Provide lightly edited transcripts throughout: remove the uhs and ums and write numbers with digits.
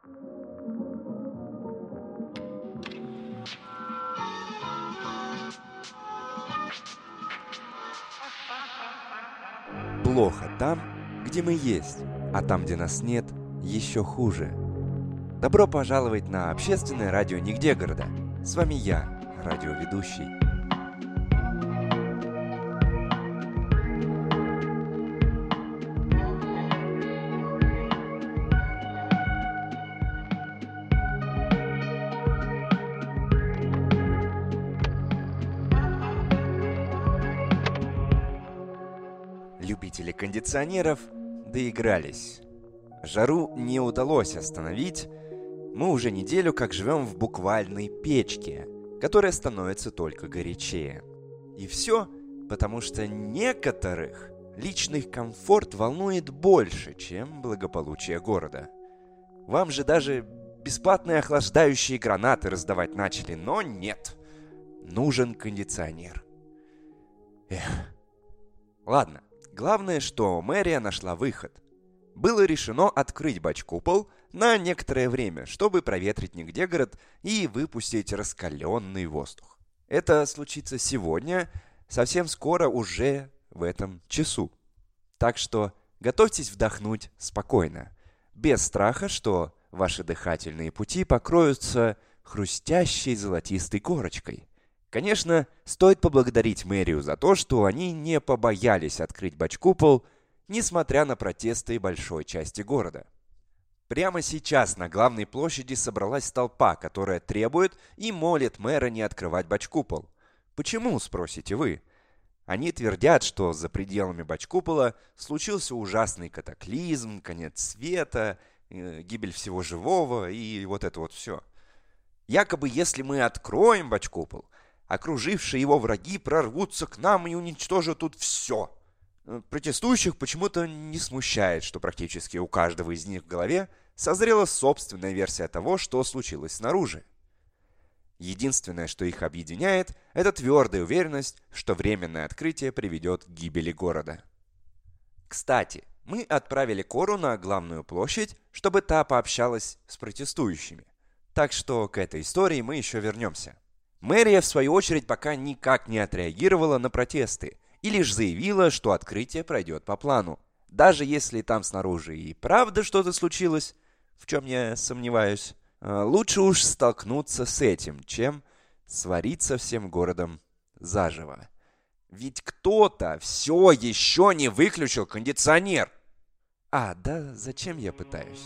Плохо там, где мы есть, а там, где нас нет, еще хуже. Добро пожаловать на общественное радио «Нигде города». С вами я, радиоведущий. Любители кондиционеров доигрались. Жару не удалось остановить. Мы уже неделю как живем в буквальной печке, которая становится только горячее. И все потому, что некоторых личный комфорт волнует больше, чем благополучие города. Вам же даже бесплатные охлаждающие гранаты раздавать начали, но нет. Нужен кондиционер. Ладно. Главное, что мэрия нашла выход. Было решено открыть бач-купол на некоторое время, чтобы проветрить нигде город и выпустить раскаленный воздух. Это случится сегодня, совсем скоро, уже в этом часу. Так что готовьтесь вдохнуть спокойно, без страха, что ваши дыхательные пути покроются хрустящей золотистой корочкой. Конечно, стоит поблагодарить мэрию за то, что они не побоялись открыть бач-купол, несмотря на протесты большой части города. Прямо сейчас на главной площади собралась толпа, которая требует и молит мэра не открывать бач-купол. Почему, спросите вы? Они твердят, что за пределами бач-купола случился ужасный катаклизм, конец света, гибель всего живого и вот это вот все. Якобы, если мы откроем бач-купол, окружившие его враги прорвутся к нам и уничтожат тут все. Протестующих почему-то не смущает, что практически у каждого из них в голове созрела собственная версия того, что случилось снаружи. Единственное, что их объединяет, это твердая уверенность, что временное открытие приведет к гибели города. Кстати, мы отправили Кору на главную площадь, чтобы та пообщалась с протестующими. Так что к этой истории мы еще вернемся. Мэрия, в свою очередь, пока никак не отреагировала на протесты и лишь заявила, что открытие пройдет по плану. Даже если там снаружи и правда что-то случилось, в чем я сомневаюсь, лучше уж столкнуться с этим, чем свариться всем городом заживо. Ведь кто-то все еще не выключил кондиционер. Да зачем я пытаюсь?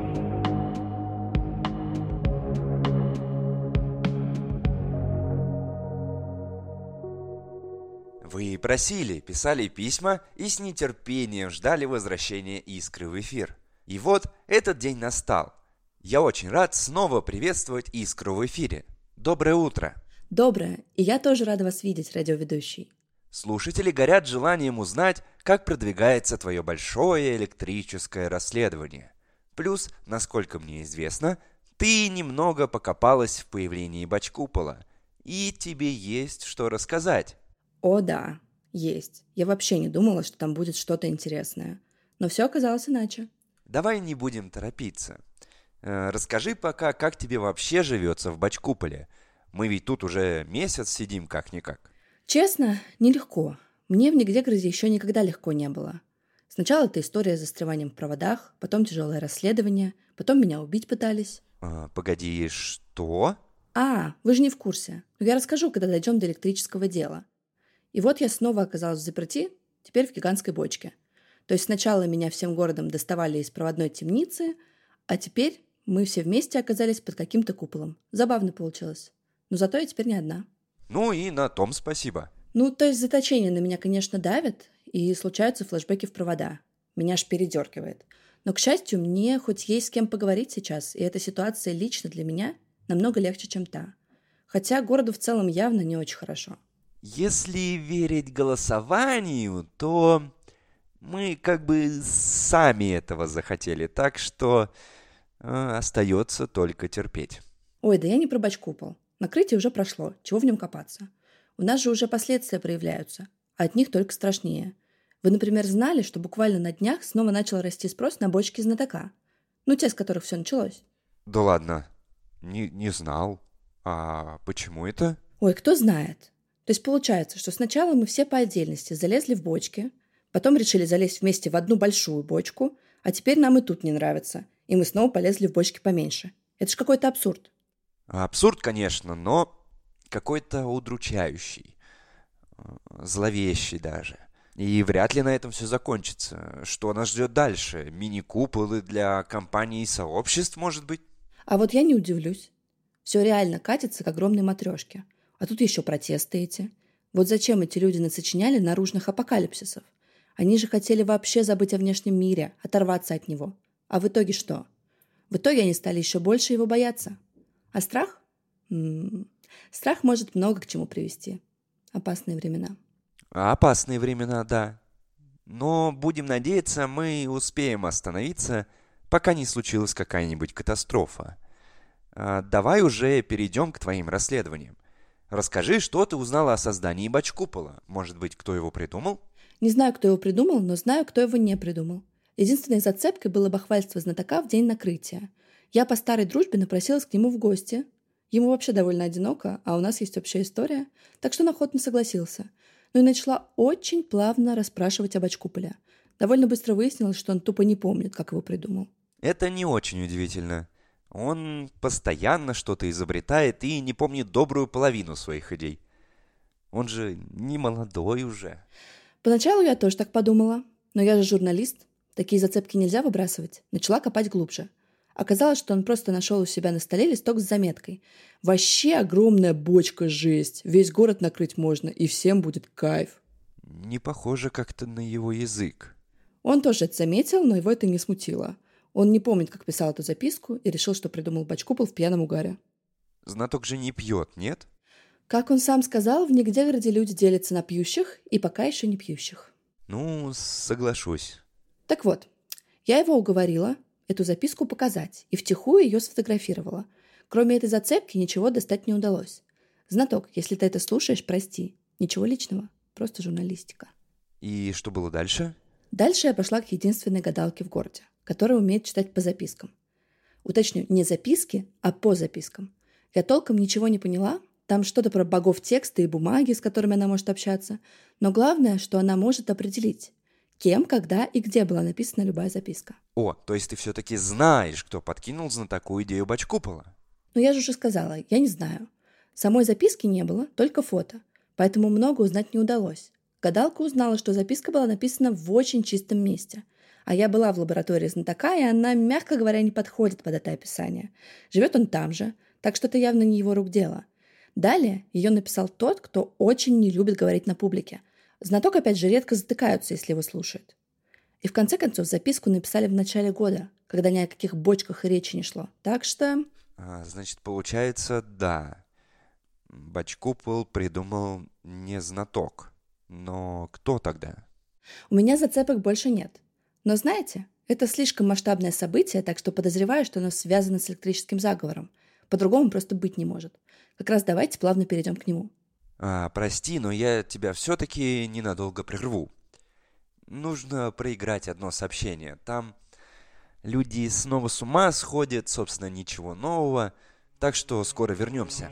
Вы просили, писали письма и с нетерпением ждали возвращения Искры в эфир. И вот этот день настал. Я очень рад снова приветствовать Искру в эфире. Доброе утро. Доброе. И я тоже рада вас видеть, радиоведущий. Слушатели горят желанием узнать, как продвигается твое большое электрическое расследование. Плюс, насколько мне известно, ты немного покопалась в появлении бач-купола. И тебе есть что рассказать. О да, есть. Я вообще не думала, что там будет что-то интересное. Но все оказалось иначе. Давай не будем торопиться. Расскажи пока, как тебе вообще живется в бач-куполе. Мы ведь тут уже месяц сидим как-никак. Честно, нелегко. Мне в нигде городе еще никогда легко не было. Сначала это история с застреванием в проводах, потом тяжелое расследование, потом меня убить пытались. Погоди, что? Вы же не в курсе. Но я расскажу, когда дойдем до электрического дела. И вот я снова оказалась в заперти, теперь в гигантской бочке. То есть сначала меня всем городом доставали из проводной темницы, а теперь мы все вместе оказались под каким-то куполом. Забавно получилось. Но зато я теперь не одна. Ну и на том спасибо. То есть заточение на меня, конечно, давит, и случаются флешбеки в провода. Меня аж передергивает. Но, к счастью, мне хоть есть с кем поговорить сейчас, и эта ситуация лично для меня намного легче, чем та. Хотя городу в целом явно не очень хорошо. Если верить голосованию, то мы как бы сами этого захотели, так что остается только терпеть. Ой, да я не про бач-купол. Накрытие уже прошло, чего в нем копаться? У нас же уже последствия проявляются, а от них только страшнее. Вы, например, знали, что буквально на днях снова начал расти спрос на бочки знатока? Те, с которых все началось. Да ладно, не знал. А почему это? Ой, кто знает. То есть получается, что сначала мы все по отдельности залезли в бочки, потом решили залезть вместе в одну большую бочку, а теперь нам и тут не нравится, и мы снова полезли в бочки поменьше. Это ж какой-то абсурд. Абсурд, конечно, но какой-то удручающий, зловещий даже. И вряд ли на этом все закончится. Что нас ждет дальше? Мини-куполы для компаний и сообществ, может быть? А вот я не удивлюсь. Все реально катится к огромной матрешке. А тут еще протесты эти. Вот зачем эти люди насочиняли наружных апокалипсисов? Они же хотели вообще забыть о внешнем мире, оторваться от него. А в итоге что? В итоге они стали еще больше его бояться. А страх? Страх может много к чему привести. Опасные времена. Опасные времена, да. Но будем надеяться, мы успеем остановиться, пока не случилась какая-нибудь катастрофа. Давай уже перейдем к твоим расследованиям. Расскажи, что ты узнала о создании бач-купола. Может быть, кто его придумал? Не знаю, кто его придумал, но знаю, кто его не придумал. Единственной зацепкой было бахвальство знатока в день накрытия. Я по старой дружбе напросилась к нему в гости. Ему вообще довольно одиноко, а у нас есть общая история, так что он охотно согласился. Ну и начала очень плавно расспрашивать об бач-куполе. Довольно быстро выяснилось, что он тупо не помнит, как его придумал. Это не очень удивительно. Он постоянно что-то изобретает и не помнит добрую половину своих идей. Он же не молодой уже. Поначалу я тоже так подумала, но я же журналист, такие зацепки нельзя выбрасывать. Начала копать глубже. Оказалось, что он просто нашел у себя на столе листок с заметкой. Вообще огромная бочка, жесть. Весь город накрыть можно, и всем будет кайф. Не похоже как-то на его язык. Он тоже это заметил, но его это не смутило. Он не помнит, как писал эту записку, и решил, что придумал бач-купол в пьяном угаре. Знаток же не пьет, нет? Как он сам сказал, в Нигде-городе люди делятся на пьющих и пока еще не пьющих. Ну, соглашусь. Так вот, я его уговорила эту записку показать и втихую ее сфотографировала. Кроме этой зацепки ничего достать не удалось. Знаток, если ты это слушаешь, прости. Ничего личного, просто журналистика. И что было дальше? Дальше я пошла к единственной гадалке в городе, которая умеет читать по запискам. Уточню, не записки, а по запискам. Я толком ничего не поняла. Там что-то про богов текста и бумаги, с которыми она может общаться. Но главное, что она может определить, кем, когда и где была написана любая записка. О, то есть ты все-таки знаешь, кто подкинул знатоку идею бач-купола? Но я же уже сказала, я не знаю. Самой записки не было, только фото. Поэтому много узнать не удалось. Гадалка узнала, что записка была написана в очень чистом месте. А я была в лаборатории знатока, и она, мягко говоря, не подходит под это описание. Живет он там же, так что это явно не его рук дело. Далее ее написал тот, кто очень не любит говорить на публике. Знаток, опять же, редко затыкаются, если его слушают. И в конце концов записку написали в начале года, когда ни о каких бочках и речи не шло. Так что... Значит, получается, да. Бач-купол придумал не знаток. Но кто тогда? У меня зацепок больше нет. Но знаете, это слишком масштабное событие, так что подозреваю, что оно связано с электрическим заговором. По-другому просто быть не может. Как раз давайте плавно перейдем к нему. Прости, но я тебя все-таки ненадолго прерву. Нужно проиграть одно сообщение. Там люди снова с ума сходят, собственно, ничего нового. Так что скоро вернемся.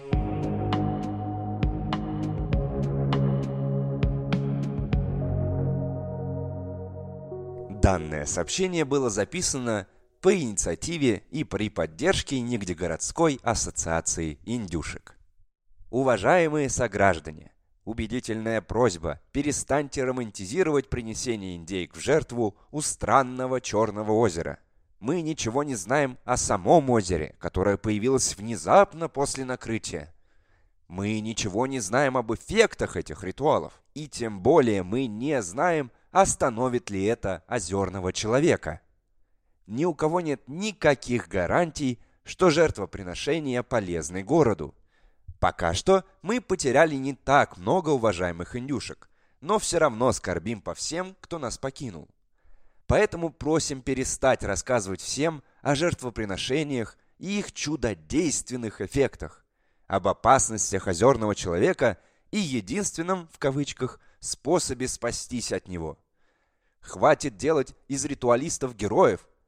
Данное сообщение было записано по инициативе и при поддержке Нигдегородской ассоциации индюшек. Уважаемые сограждане, убедительная просьба: перестаньте романтизировать принесение индейк в жертву у странного Черного озера. Мы ничего не знаем о самом озере, которое появилось внезапно после накрытия. Мы ничего не знаем об эффектах этих ритуалов, и тем более мы не знаем, остановит ли это озерного человека. Ни у кого нет никаких гарантий, что жертвоприношения полезны городу. Пока что мы потеряли не так много уважаемых индюшек, но все равно скорбим по всем, кто нас покинул. Поэтому просим перестать рассказывать всем о жертвоприношениях и их чудодейственных эффектах, об опасностях озерного человека и единственном, в кавычках, способе спастись от него. Хватит делать из ритуалистов героев,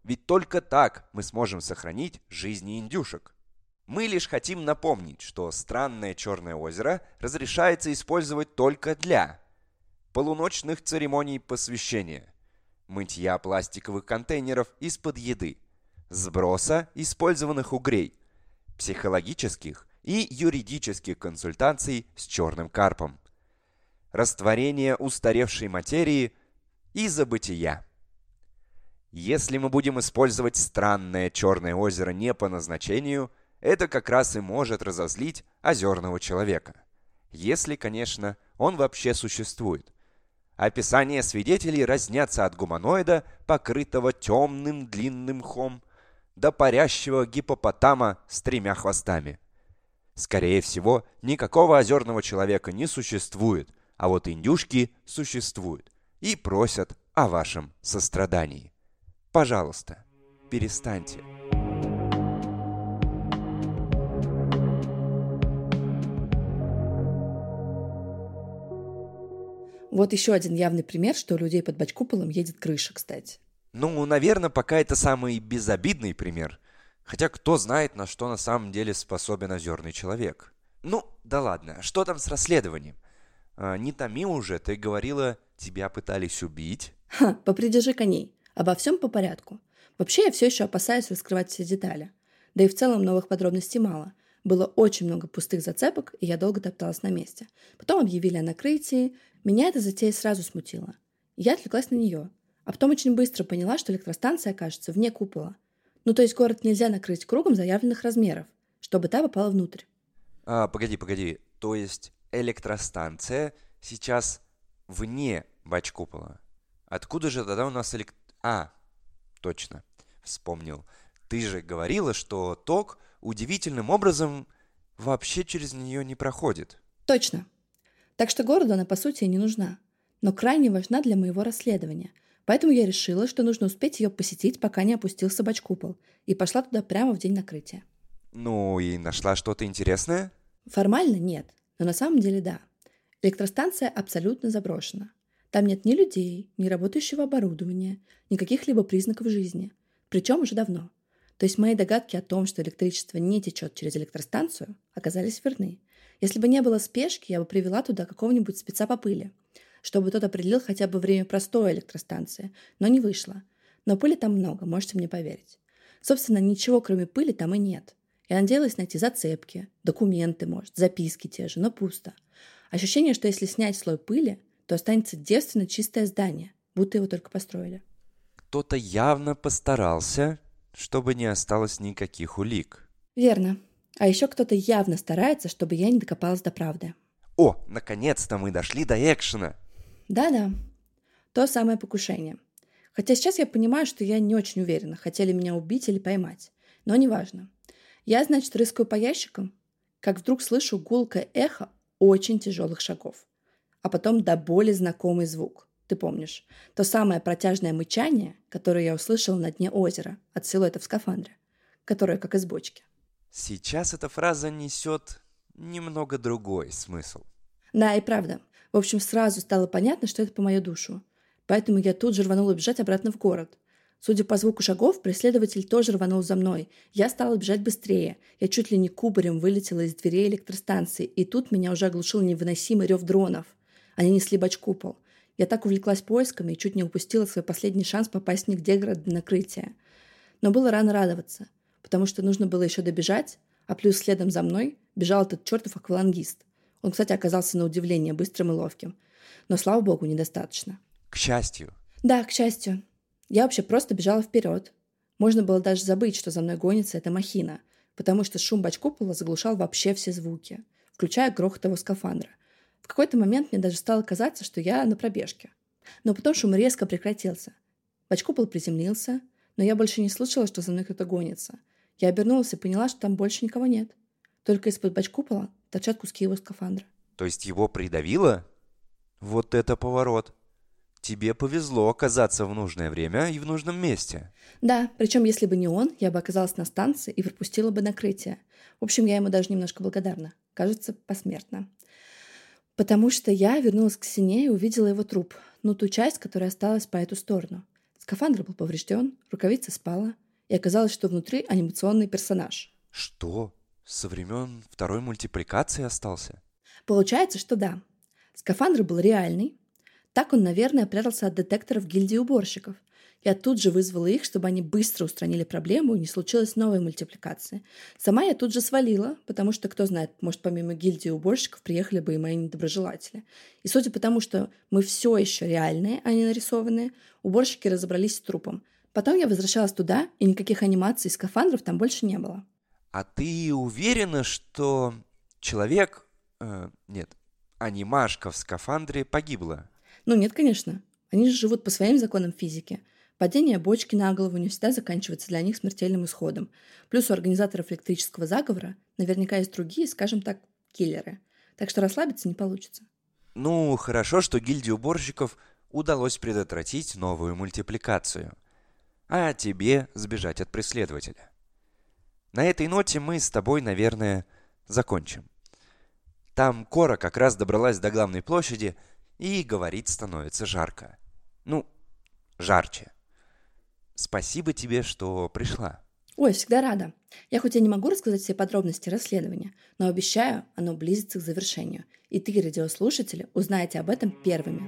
Ведь только так мы сможем сохранить жизни индюшек. Мы лишь хотим напомнить, что странное Черное озеро разрешается использовать только для полуночных церемоний посвящения, мытья пластиковых контейнеров из-под еды, сброса использованных угрей, психологических и юридических консультаций с черным карпом, растворения устаревшей материи и забытия. Если мы будем использовать странное Черное озеро не по назначению, это как раз и может разозлить озерного человека. Если, конечно, он вообще существует. Описания свидетелей разнятся от гуманоида, покрытого темным длинным мхом, до парящего гиппопотама с 3 хвостами. Скорее всего, никакого озерного человека не существует, а вот индюшки существуют и просят о вашем сострадании. Пожалуйста, перестаньте. Вот еще один явный пример, что у людей под бачкуполом едет крыша, кстати. Ну, наверное, пока это самый безобидный пример. Хотя кто знает, на что на самом деле способен озерный человек. Ну, да ладно, что там с расследованием? Не томи уже, ты говорила, тебя пытались убить. Попридержи коней. Обо всем по порядку. Вообще, я все еще опасаюсь раскрывать все детали. Да и в целом новых подробностей мало. Было очень много пустых зацепок, и я долго топталась на месте. Потом объявили о накрытии. Меня эта затея сразу смутила. Я отвлеклась на нее. А потом очень быстро поняла, что электростанция окажется вне купола. Ну, то есть город нельзя накрыть кругом заявленных размеров, чтобы та попала внутрь. Погоди. То есть электростанция сейчас вне бачкупола. Откуда же тогда у нас точно, вспомнил. Ты же говорила, что ток удивительным образом вообще через нее не проходит. Точно. Так что городу она, по сути, и не нужна. Но крайне важна для моего расследования. Поэтому я решила, что нужно успеть ее посетить, пока не опустился бачкупол. И пошла туда прямо в день накрытия. Ну и нашла что-то интересное? Формально нет, но на самом деле да. Электростанция абсолютно заброшена. Там нет ни людей, ни работающего оборудования, ни каких-либо признаков жизни. Причем уже давно. То есть мои догадки о том, что электричество не течет через электростанцию, оказались верны. Если бы не было спешки, я бы привела туда какого-нибудь спеца по пыли, чтобы тот определил хотя бы время простоя электростанции, но не вышло. Но пыли там много, можете мне поверить. Собственно, ничего кроме пыли там и нет. Я надеялась найти зацепки, документы, может, записки те же, но пусто. Ощущение, что если снять слой пыли, то останется девственно чистое здание, будто его только построили. Кто-то явно постарался, чтобы не осталось никаких улик. Верно. А еще кто-то явно старается, чтобы я не докопалась до правды. О, наконец-то мы дошли до экшена. Да-да, то самое покушение. Хотя сейчас я понимаю, что я не очень уверена, хотели меня убить или поймать. Но неважно. Я, значит, рыскаю по ящикам, как вдруг слышу гулкое эхо очень тяжелых шагов. А потом до боли знакомый звук. Ты помнишь? То самое протяжное мычание, которое я услышала на дне озера от силуэта в скафандре, которое как из бочки. Сейчас эта фраза несет немного другой смысл. Да, и правда. В общем, сразу стало понятно, что это по мою душу. Поэтому я тут же рванула бежать обратно в город. Судя по звуку шагов, преследователь тоже рванул за мной. Я стала бежать быстрее. Я чуть ли не кубарем вылетела из дверей электростанции, и тут меня уже оглушил невыносимый рев дронов. Они несли бачкупол. Я так увлеклась поисками и чуть не упустила свой последний шанс попасть нигде до накрытия. Но было рано радоваться, потому что нужно было еще добежать, а плюс следом за мной бежал этот чертов аквалангист. Он, кстати, оказался на удивление быстрым и ловким. Но, слава богу, недостаточно. К счастью. Да, к счастью. Я вообще просто бежала вперед. Можно было даже забыть, что за мной гонится эта махина, потому что шум бачкупола заглушал вообще все звуки, включая грохот его скафандра. В какой-то момент мне даже стало казаться, что я на пробежке. Но потом шум резко прекратился. Бачкупол приземлился, но я больше не слышала, что за мной кто-то гонится. Я обернулась и поняла, что там больше никого нет. Только из-под бачкупола торчат куски его скафандра. То есть его придавило? Вот это поворот. Тебе повезло оказаться в нужное время и в нужном месте. Да, причем если бы не он, я бы оказалась на станции и пропустила бы накрытие. В общем, я ему даже немножко благодарна. Кажется, посмертно. Потому что я вернулась к стене и увидела его труп. Ну, ту часть, которая осталась по эту сторону. Скафандр был поврежден, рукавица спала, и оказалось, что внутри анимационный персонаж. Что? Со времен второй мультипликации остался? Получается, что да. Скафандр был реальный. Так он, наверное, прятался от детекторов гильдии уборщиков. Я тут же вызвала их, чтобы они быстро устранили проблему и не случилось новой мультипликации. Сама я тут же свалила, потому что, кто знает, может, помимо гильдии уборщиков приехали бы и мои недоброжелатели. И судя по тому, что мы все еще реальные, а не нарисованные, уборщики разобрались с трупом. Потом я возвращалась туда, и никаких анимаций и скафандров там больше не было. А ты уверена, что человек... нет, анимашка в скафандре погибла? Ну нет, конечно. Они же живут по своим законам физики. Падение бочки на голову не всегда заканчивается для них смертельным исходом. Плюс у организаторов электрического заговора наверняка есть другие, скажем так, киллеры. Так что расслабиться не получится. Ну, хорошо, что гильдии уборщиков удалось предотвратить новую мультипликацию. А тебе сбежать от преследователя. На этой ноте мы с тобой, наверное, закончим. Там Кора как раз добралась до главной площади, и говорить становится жарко. Ну, жарче. Спасибо тебе, что пришла. Ой, всегда рада. Я хоть и не могу рассказать все подробности расследования, но обещаю, оно близится к завершению. И ты, радиослушатели, узнаете об этом первыми.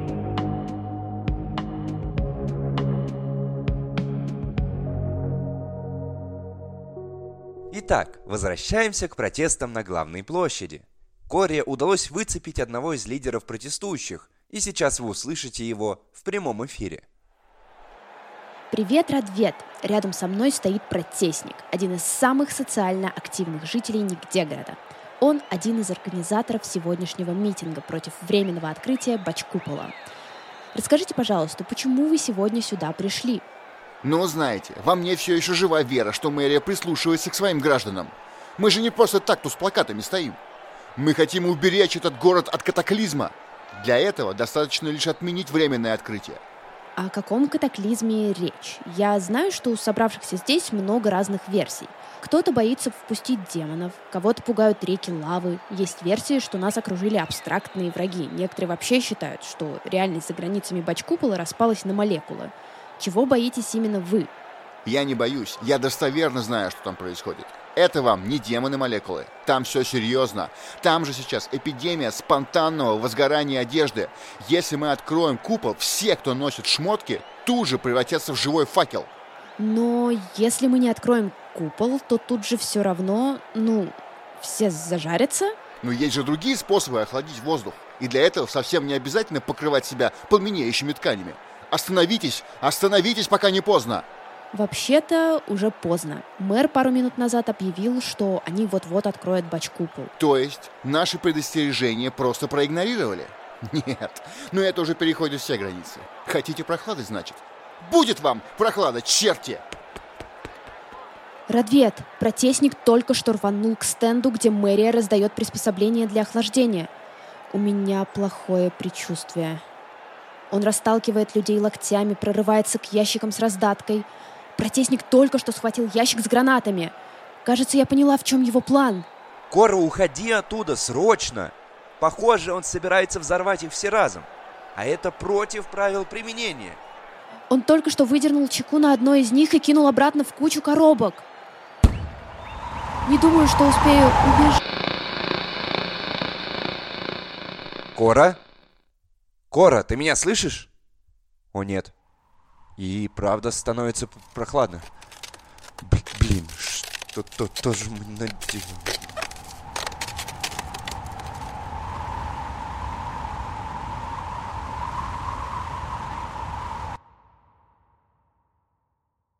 Итак, возвращаемся к протестам на главной площади. Коре удалось выцепить одного из лидеров протестующих, и сейчас вы услышите его в прямом эфире. Привет, Радвет! Рядом со мной стоит протестник, один из самых социально активных жителей Нигдегорода. Он один из организаторов сегодняшнего митинга против временного открытия Бачкупола. Расскажите, пожалуйста, почему вы сегодня сюда пришли? Ну, знаете, во мне все еще жива вера, что мэрия прислушивается к своим гражданам. Мы же не просто так тут с плакатами стоим. Мы хотим уберечь этот город от катаклизма. Для этого достаточно лишь отменить временное открытие. О каком катаклизме речь? Я знаю, что у собравшихся здесь много разных версий. Кто-то боится впустить демонов, кого-то пугают реки лавы. Есть версии, что нас окружили абстрактные враги. Некоторые вообще считают, что реальность за границами Бачкупола распалась на молекулы. Чего боитесь именно вы? Я не боюсь, я достоверно знаю, что там происходит. Это вам не демоны-молекулы. Там все серьезно. Там же сейчас эпидемия спонтанного возгорания одежды. Если мы откроем купол, все, кто носит шмотки, тут же превратятся в живой факел. Но если мы не откроем купол, то тут же все равно, все зажарятся. Но есть же другие способы охладить воздух. И для этого совсем не обязательно покрывать себя пламенеющими тканями. Остановитесь, пока не поздно. Вообще-то уже поздно. Мэр пару минут назад объявил, что они вот-вот откроют Бачкупол. То есть наши предостережения просто проигнорировали? Нет, но это уже переходит все границы. Хотите прохлады, значит? Будет вам прохлада, черти! Радвет, протестник только что рванул к стенду, где мэрия раздает приспособления для охлаждения. У меня плохое предчувствие. Он расталкивает людей локтями, прорывается к ящикам с раздаткой. Протестник только что схватил ящик с гранатами. Кажется, я поняла, в чем его план. Кора, уходи оттуда, срочно! Похоже, он собирается взорвать их все разом. А это против правил применения. Он только что выдернул чеку на одной из них и кинул обратно в кучу коробок. Не думаю, что успею убежать. Кора? Кора, ты меня слышишь? О, нет. И правда становится прохладно. Блин, что-то тоже мы наделали.